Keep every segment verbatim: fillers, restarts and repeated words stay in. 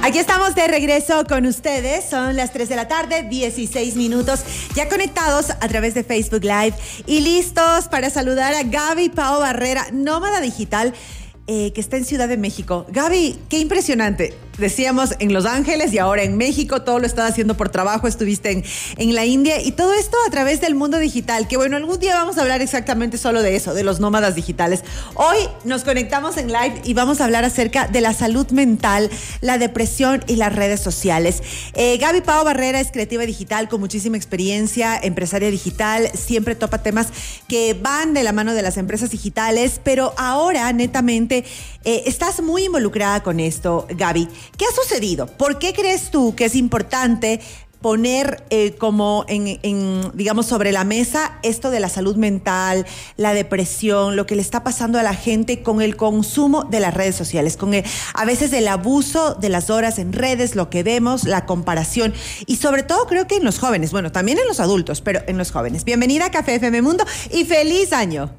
Aquí estamos de regreso con ustedes, son las tres de la tarde, dieciséis minutos, ya conectados a través de Facebook Live y listos para saludar a Gaby Pao Barrera, nómada digital, eh, que está en Ciudad de México. Gaby, qué impresionante. Decíamos en Los Ángeles y ahora en México, todo lo estás haciendo por trabajo, estuviste en, en la India y todo esto a través del mundo digital, que bueno, algún día vamos a hablar exactamente solo de eso, de los nómadas digitales. Hoy nos conectamos en live y vamos a hablar acerca de la salud mental, la depresión y las redes sociales. Eh, Gaby Pao Barrera es creativa digital con muchísima experiencia, empresaria digital, siempre topa temas que van de la mano de las empresas digitales, pero ahora netamente eh, estás muy involucrada con esto, Gaby. ¿Qué ha sucedido? ¿Por qué crees tú que es importante poner eh, como en, en, digamos, sobre la mesa esto de la salud mental, la depresión, lo que le está pasando a la gente con el consumo de las redes sociales, con el, a veces el abuso de las horas en redes, lo que vemos, la comparación y sobre todo creo que en los jóvenes, bueno, también en los adultos, pero en los jóvenes. Bienvenida a Café F M Mundo y feliz año.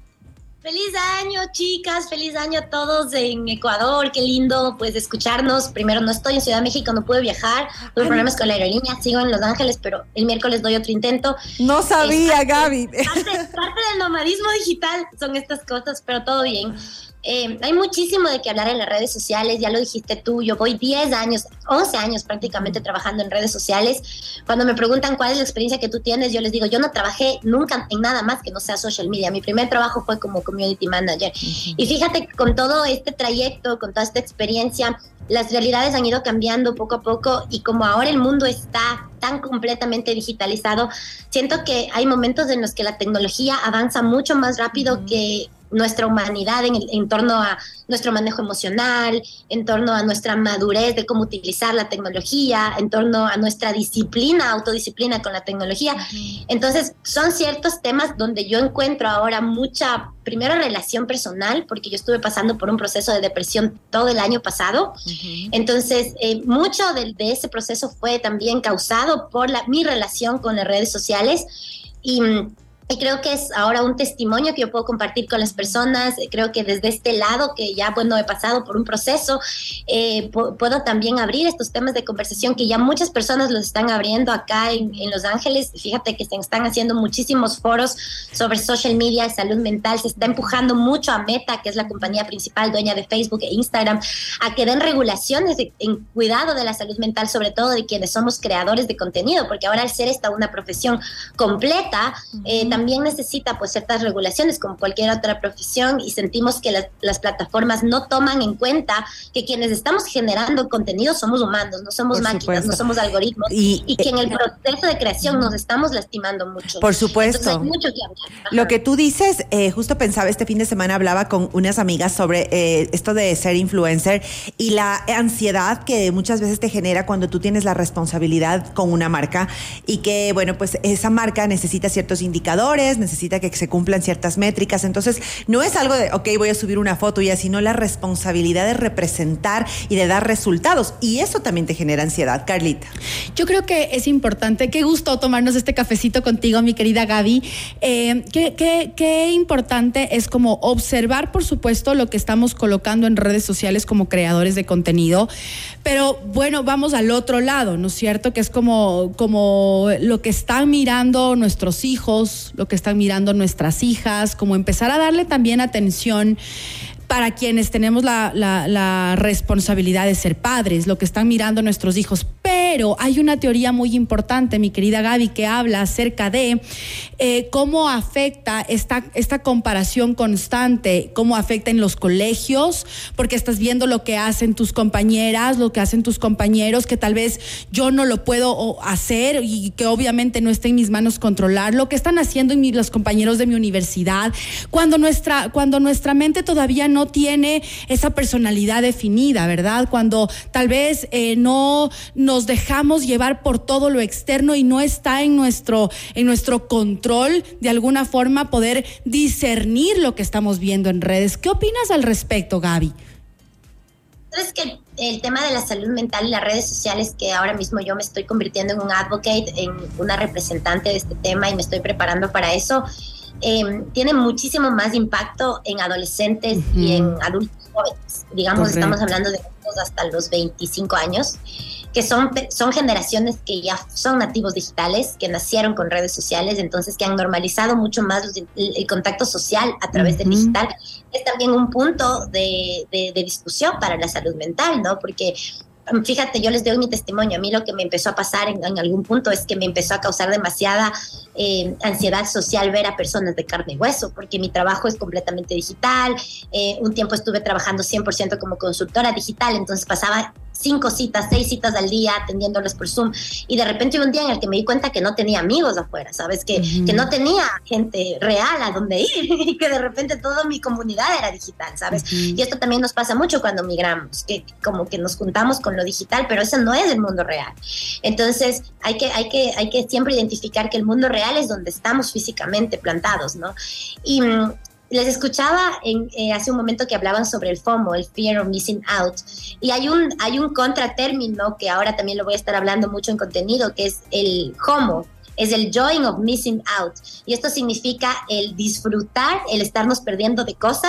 Feliz año, chicas, feliz año a todos en Ecuador, qué lindo pues escucharnos. Primero, no estoy en Ciudad de México, no pude viajar, tuve Ay. problemas con la aerolínea, sigo en Los Ángeles, pero el miércoles doy otro intento. No sabía, parte, Gaby. Parte, parte del nomadismo digital son estas cosas, pero todo bien. Eh, hay muchísimo de qué hablar en las redes sociales, ya lo dijiste tú, yo voy diez años, once años prácticamente trabajando en redes sociales. Cuando me preguntan cuál es la experiencia que tú tienes, yo les digo, yo no trabajé nunca en nada más que no sea social media. Mi primer trabajo fue como community manager. Uh-huh. Y fíjate, con todo este trayecto, con toda esta experiencia, las realidades han ido cambiando poco a poco y como ahora el mundo está tan completamente digitalizado, siento que hay momentos en los que la tecnología avanza mucho más rápido uh-huh. que nuestra humanidad en, el, en torno a nuestro manejo emocional, en torno a nuestra madurez de cómo utilizar la tecnología, en torno a nuestra disciplina, autodisciplina con la tecnología. Uh-huh. Entonces, son ciertos temas donde yo encuentro ahora mucha, primero, relación personal, porque yo estuve pasando por un proceso de depresión todo el año pasado. Uh-huh. Entonces, eh, mucho de, de ese proceso fue también causado por la, mi relación con las redes sociales y Y creo que es ahora un testimonio que yo puedo compartir con las personas. Creo que desde este lado, que ya, bueno, he pasado por un proceso, eh, p- puedo también abrir estos temas de conversación que ya muchas personas los están abriendo acá en, en Los Ángeles. Fíjate que se están haciendo muchísimos foros sobre social media, salud mental. Se está empujando mucho a Meta, que es la compañía principal, dueña de Facebook e Instagram, a que den regulaciones de, en cuidado de la salud mental, sobre todo de quienes somos creadores de contenido, porque ahora al ser esta una profesión completa, eh, también necesita pues ciertas regulaciones como cualquier otra profesión y sentimos que las, las plataformas no toman en cuenta que quienes estamos generando contenido somos humanos, no somos Por máquinas, supuesto. no somos algoritmos y, y que en el proceso de creación nos estamos lastimando mucho. Por supuesto. Entonces hay mucho que hablar. Ajá. Lo que tú dices, eh, justo pensaba este fin de semana, hablaba con unas amigas sobre eh, esto de ser influencer y la ansiedad que muchas veces te genera cuando tú tienes la responsabilidad con una marca y que, bueno, pues esa marca necesita ciertos indicadores, necesita que se cumplan ciertas métricas, entonces no es algo de, ok, voy a subir una foto y así, no, la responsabilidad de representar y de dar resultados, y eso también te genera ansiedad. Carlita. Yo creo que es importante, qué gusto tomarnos este cafecito contigo, mi querida Gaby, eh, qué, qué, qué importante es como observar, por supuesto, lo que estamos colocando en redes sociales como creadores de contenido, pero bueno, vamos al otro lado, ¿no es cierto? Que es como, como lo que están mirando nuestros hijos, lo que están mirando nuestras hijas, como empezar a darle también atención para quienes tenemos la, la, la responsabilidad de ser padres, lo que están mirando nuestros hijos. Pero hay una teoría muy importante, mi querida Gaby, que habla acerca de eh, cómo afecta esta, esta comparación constante, cómo afecta en los colegios, porque estás viendo lo que hacen tus compañeras, lo que hacen tus compañeros, que tal vez yo no lo puedo hacer y que obviamente no está en mis manos controlar, lo que están haciendo en mi, los compañeros de mi universidad, cuando nuestra, cuando nuestra mente todavía no tiene esa personalidad definida, ¿verdad? Cuando tal vez eh, no nos dejamos llevar por todo lo externo y no está en nuestro, en nuestro control de alguna forma poder discernir lo que estamos viendo en redes. ¿Qué opinas al respecto, Gaby? Es que el tema de la salud mental y las redes sociales, que ahora mismo yo me estoy convirtiendo en un advocate, en una representante de este tema y me estoy preparando para eso, eh, tiene muchísimo más impacto en adolescentes uh-huh. y en adultos jóvenes. Digamos, Correcto. Estamos hablando de hasta los veinticinco años, que son, son generaciones que ya son nativos digitales, que nacieron con redes sociales, entonces que han normalizado mucho más los, el, el contacto social a través uh-huh. del digital. Es también un punto de, de, de discusión para la salud mental, ¿no? Porque fíjate, yo les doy mi testimonio. A mí lo que me empezó a pasar en, en algún punto es que me empezó a causar demasiada eh, ansiedad social ver a personas de carne y hueso, porque mi trabajo es completamente digital. Eh, un tiempo estuve trabajando cien por ciento como consultora digital, entonces pasaba cinco citas, seis citas al día atendiéndoles por Zoom, y de repente hubo un día en el que me di cuenta que no tenía amigos afuera, ¿sabes? Que, uh-huh. que no tenía gente real a donde ir y que de repente toda mi comunidad era digital, ¿sabes? Uh-huh. Y esto también nos pasa mucho cuando migramos, que como que nos juntamos con lo digital, pero eso no es el mundo real. Entonces hay que, hay que, hay que siempre identificar que el mundo real es donde estamos físicamente plantados, ¿no? Y les escuchaba en, eh, hace un momento que hablaban sobre el FOMO, el Fear of Missing Out, y hay un, hay un contratérmino que ahora también lo voy a estar hablando mucho en contenido, que es el JOMO, es el Joy of Missing Out, y esto significa el disfrutar, el estarnos perdiendo de cosas,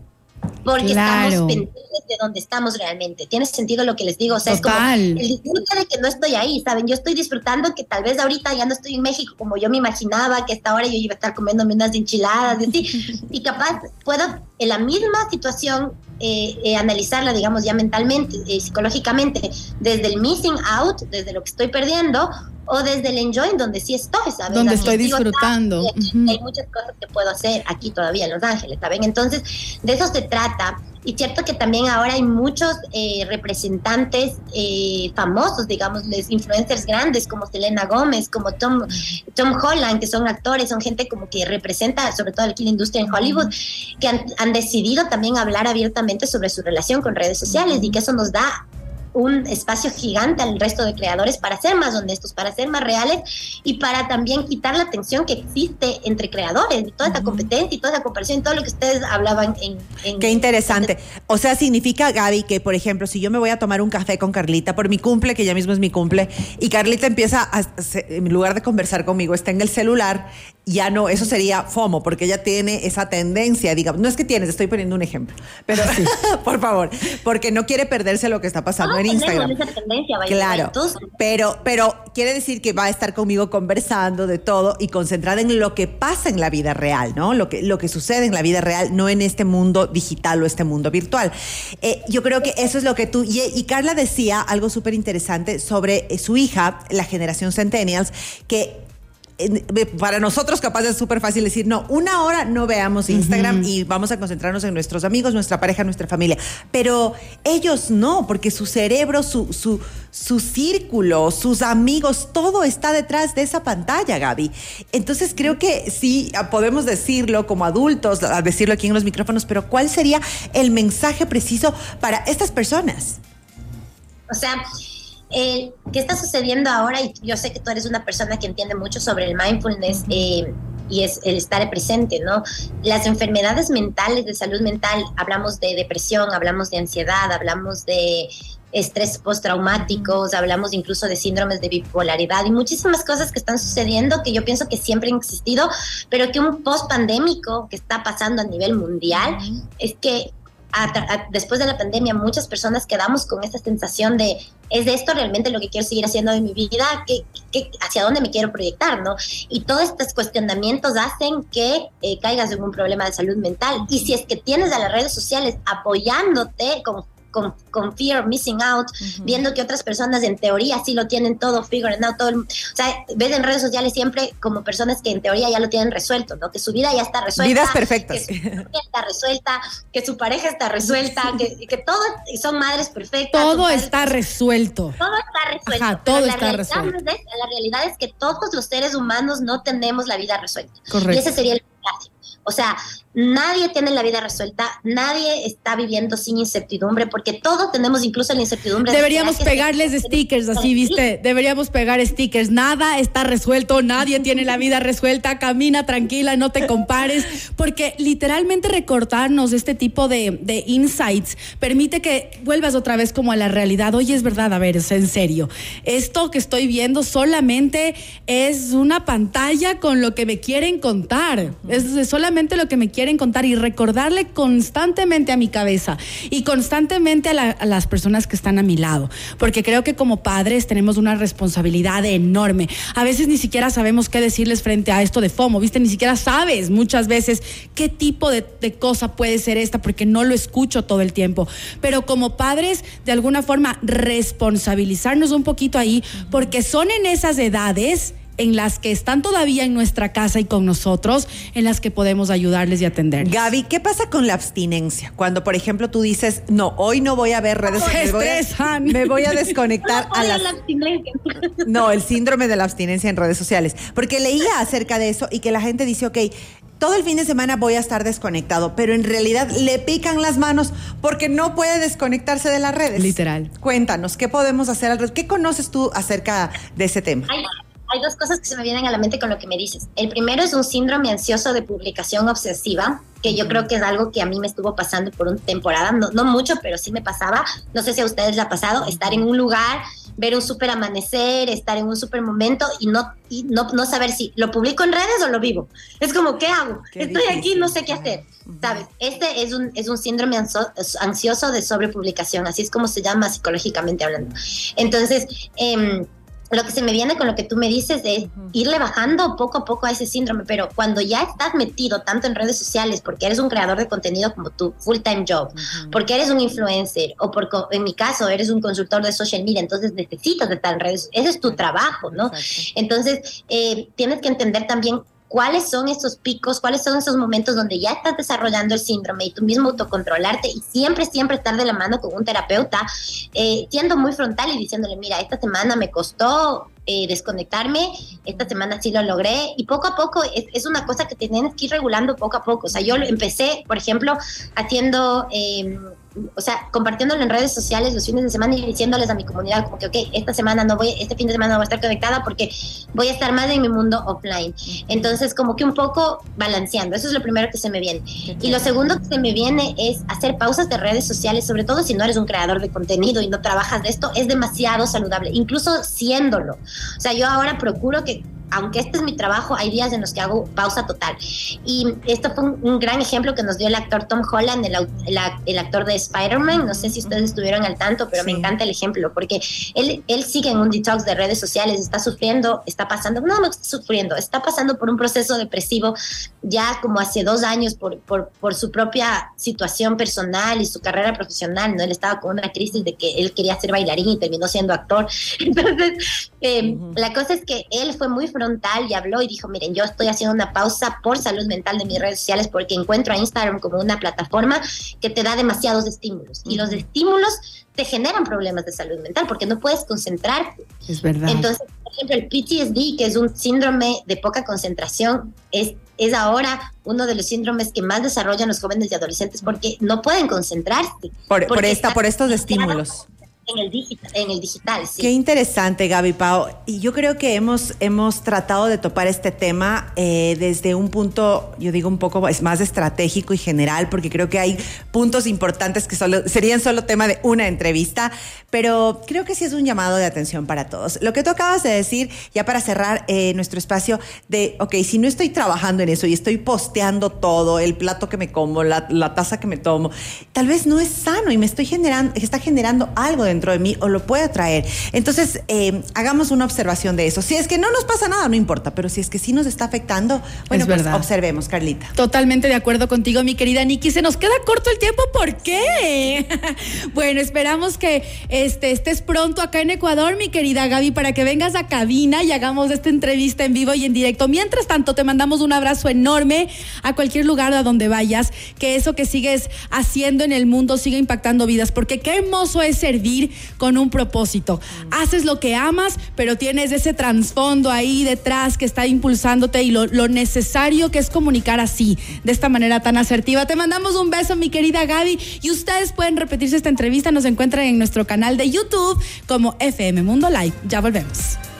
porque claro. estamos pendientes de donde estamos realmente. ¿Tiene sentido lo que les digo? O sea, Total. Es como el disfrute de que no estoy ahí, ¿saben? Yo estoy disfrutando que tal vez ahorita ya no estoy en México como yo me imaginaba, que a esta hora yo iba a estar comiéndome unas enchiladas, y, así, y capaz puedo en la misma situación eh, eh, analizarla, digamos, ya mentalmente, eh, psicológicamente, desde el missing out, desde lo que estoy perdiendo, o desde el enjoy, donde sí estoy, ¿sabes? Donde estoy disfrutando. Uh-huh. Hay muchas cosas que puedo hacer aquí todavía en Los Ángeles, ¿saben? Entonces, de eso se trata. Y cierto que también ahora hay muchos eh, representantes eh, famosos, digamos, los influencers grandes como Selena Gómez, como Tom, Tom Holland, que son actores, son gente como que representa sobre todo aquí la industria en Hollywood, que han, han decidido también hablar abiertamente sobre su relación con redes sociales, y que eso nos da un espacio gigante al resto de creadores para ser más honestos, para ser más reales, y para también quitar la tensión que existe entre creadores, y toda esta uh-huh. competencia y toda esa comparación, todo lo que ustedes hablaban en... en Qué interesante. O sea, significa, Gaby, que por ejemplo, si yo me voy a tomar un café con Carlita por mi cumple, que ya mismo es mi cumple, y Carlita empieza, a, en lugar de conversar conmigo, está en el celular, ya no, eso sería FOMO, porque ella tiene esa tendencia, digamos, no es que tienes, estoy poniendo un ejemplo, pero sí. por favor, porque no quiere perderse lo que está pasando. No, en Instagram. Esa tendencia, claro, pero, pero quiere decir que va a estar conmigo conversando de todo y concentrada en lo que pasa en la vida real, ¿no? Lo que, lo que sucede en la vida real, no en este mundo digital o este mundo virtual. Eh, yo creo que eso es lo que tú... Y, y Carla decía algo súper interesante sobre eh, su hija, la generación Centennials, que para nosotros capaz es súper fácil decir, no, una hora no veamos Instagram uh-huh. y vamos a concentrarnos en nuestros amigos, nuestra pareja, nuestra familia. Pero ellos no, porque su cerebro, su, su, su círculo, sus amigos, todo está detrás de esa pantalla, Gaby. Entonces creo que sí, podemos decirlo como adultos, decirlo aquí en los micrófonos, pero ¿cuál sería el mensaje preciso para estas personas? O sea... Eh, ¿qué está sucediendo ahora? Y yo sé que tú eres una persona que entiende mucho sobre el mindfulness eh, y es el estar presente, ¿no? Las enfermedades mentales, de salud mental, hablamos de depresión, hablamos de ansiedad, hablamos de estrés postraumáticos, hablamos incluso de síndromes de bipolaridad y muchísimas cosas que están sucediendo que yo pienso que siempre han existido, pero que un post-pandémico que está pasando a nivel mundial es que A, a, después de la pandemia muchas personas quedamos con esta sensación de ¿es de esto realmente lo que quiero seguir haciendo en mi vida? ¿Qué, qué, ¿Hacia dónde me quiero proyectar? ¿No? Y todos estos cuestionamientos hacen que eh, caigas en un problema de salud mental, y si es que tienes a las redes sociales apoyándote con Con, con fear of missing out, uh-huh. viendo que otras personas en teoría sí lo tienen todo figured out, todo el, o sea, ves en redes sociales siempre como personas que en teoría ya lo tienen resuelto, ¿no? Que su vida ya está resuelta. Vidas perfectas. Que su vida está resuelta, que su pareja está resuelta, que, que todo, son madres perfectas. Todo está resuelto. Todo está resuelto. Ajá, todo está resuelto. Es, la realidad es que todos los seres humanos no tenemos la vida resuelta. Correcto. Y ese sería el mensaje. O sea, nadie tiene la vida resuelta, nadie está viviendo sin incertidumbre, porque todos tenemos incluso la incertidumbre. Deberíamos de pegarles de stickers, así, ¿viste? Deberíamos pegar stickers. Nada está resuelto, nadie tiene la vida resuelta, camina tranquila, no te compares, porque literalmente recortarnos este tipo de, de insights permite que vuelvas otra vez como a la realidad. Oye, es verdad, a ver, es en serio. Esto que estoy viendo solamente es una pantalla con lo que me quieren contar. Es solamente exactamente lo que me quieren contar y recordarle constantemente a mi cabeza y constantemente a, la, a las personas que están a mi lado, porque creo que como padres tenemos una responsabilidad enorme. A veces ni siquiera sabemos qué decirles frente a esto de FOMO, ¿viste? Ni siquiera sabes muchas veces qué tipo de, de cosa puede ser esta, porque no lo escucho todo el tiempo. Pero como padres, de alguna forma, responsabilizarnos un poquito ahí, porque son en esas edades en las que están todavía en nuestra casa y con nosotros, en las que podemos ayudarles y atenderles. Gaby, ¿qué pasa con la abstinencia? Cuando, por ejemplo, tú dices, no, hoy no voy a ver redes sociales, me, me voy a desconectar no, a las... la abstinencia. No, el síndrome de la abstinencia en redes sociales. Porque leía acerca de eso y que la gente dice, ok, todo el fin de semana voy a estar desconectado, pero en realidad le pican las manos porque no puede desconectarse de las redes. Literal. Cuéntanos, ¿qué podemos hacer al respecto? ¿Qué conoces tú acerca de ese tema? Ay. Hay dos cosas que se me vienen a la mente con lo que me dices. El primero es un síndrome ansioso de publicación obsesiva, que yo creo que es algo que a mí me estuvo pasando por una temporada, no, no mucho, pero sí me pasaba. No sé si a ustedes les ha pasado, estar en un lugar, ver un súper amanecer, estar en un súper momento y, no, y no, no saber si lo publico en redes o lo vivo. Es como, ¿qué hago? Qué Estoy difícil. Aquí, no sé qué hacer. Uh-huh. ¿Sabes? Este es un, es un síndrome ansioso de sobrepublicación, así es como se llama psicológicamente hablando. Entonces, eh, lo que se me viene con lo que tú me dices es uh-huh. irle bajando poco a poco a ese síndrome, pero cuando ya estás metido tanto en redes sociales, porque eres un creador de contenido como tu full time job, uh-huh. porque eres un influencer, o porque en mi caso eres un consultor de social media, entonces necesitas estar en redes, ese es tu trabajo, ¿no? Exacto. Entonces, eh, tienes que entender también cuáles son esos picos, cuáles son esos momentos donde ya estás desarrollando el síndrome y tú mismo autocontrolarte y siempre, siempre estar de la mano con un terapeuta, eh, siendo muy frontal y diciéndole, mira, esta semana me costó eh, desconectarme, esta semana sí lo logré y poco a poco es, es una cosa que tienes que ir regulando poco a poco. O sea, yo empecé, por ejemplo, haciendo... Eh, o sea, compartiéndolo en redes sociales los fines de semana y diciéndoles a mi comunidad como que, ok, esta semana no voy, este fin de semana no voy a estar conectada porque voy a estar más en mi mundo offline. Entonces, como que un poco balanceando. Eso es lo primero que se me viene. Y lo segundo que se me viene es hacer pausas de redes sociales, sobre todo si no eres un creador de contenido y no trabajas de esto, es demasiado saludable, incluso siéndolo. O sea, yo ahora procuro que, aunque este es mi trabajo, hay días en los que hago pausa total. Y esto fue un, un gran ejemplo que nos dio el actor Tom Holland, el, el, el actor de Spider-Man. No sé si ustedes estuvieron al tanto, pero sí. Me encanta el ejemplo, porque él, él sigue en un detox de redes sociales, está sufriendo, está pasando, no, no está sufriendo, está pasando por un proceso depresivo ya como hace dos años por, por, por su propia situación personal y su carrera profesional, ¿no? Él estaba con una crisis de que él quería ser bailarín y terminó siendo actor. Entonces, eh, uh-huh. la cosa es que él fue muy frontal y habló y dijo, miren, yo estoy haciendo una pausa por salud mental de mis redes sociales porque encuentro a Instagram como una plataforma que te da demasiados estímulos. Uh-huh. Y los estímulos te generan problemas de salud mental porque no puedes concentrarte. Es verdad. Entonces, por ejemplo, el P T S D, que es un síndrome de poca concentración, es, es ahora uno de los síndromes que más desarrollan los jóvenes y adolescentes porque no pueden concentrarse. Por, por, esta, por estos estímulos. En el digital, en el digital, sí. Qué interesante, Gaby Pau. Y yo creo que hemos, hemos tratado de topar este tema eh, desde un punto, yo digo un poco más estratégico y general, porque creo que hay puntos importantes que solo, serían solo tema de una entrevista, pero creo que sí es un llamado de atención para todos. Lo que tú acabas de decir, ya para cerrar eh, nuestro espacio, de, ok, si no estoy trabajando en eso y estoy posteando todo, el plato que me como, la, la taza que me tomo, tal vez no es sano y me estoy generando, está generando algo de dentro de mí o lo puedo traer. Entonces, eh, hagamos una observación de eso. Si es que no nos pasa nada, no importa, pero si es que sí nos está afectando, bueno, pues observemos, Carlita. Totalmente de acuerdo contigo, mi querida Nikki. Se nos queda corto el tiempo, ¿por qué? Bueno, esperamos que este, estés pronto acá en Ecuador, mi querida Gaby, para que vengas a cabina y hagamos esta entrevista en vivo y en directo. Mientras tanto, te mandamos un abrazo enorme a cualquier lugar a donde vayas, que eso que sigues haciendo en el mundo siga impactando vidas, porque qué hermoso es servir con un propósito. Mm. Haces lo que amas, pero tienes ese trasfondo ahí detrás que está impulsándote y lo, lo necesario que es comunicar así, de esta manera tan asertiva. Te mandamos un beso, mi querida Gaby, y ustedes pueden repetirse esta entrevista. Nos encuentran en nuestro canal de YouTube como F M Mundo Live. Ya volvemos.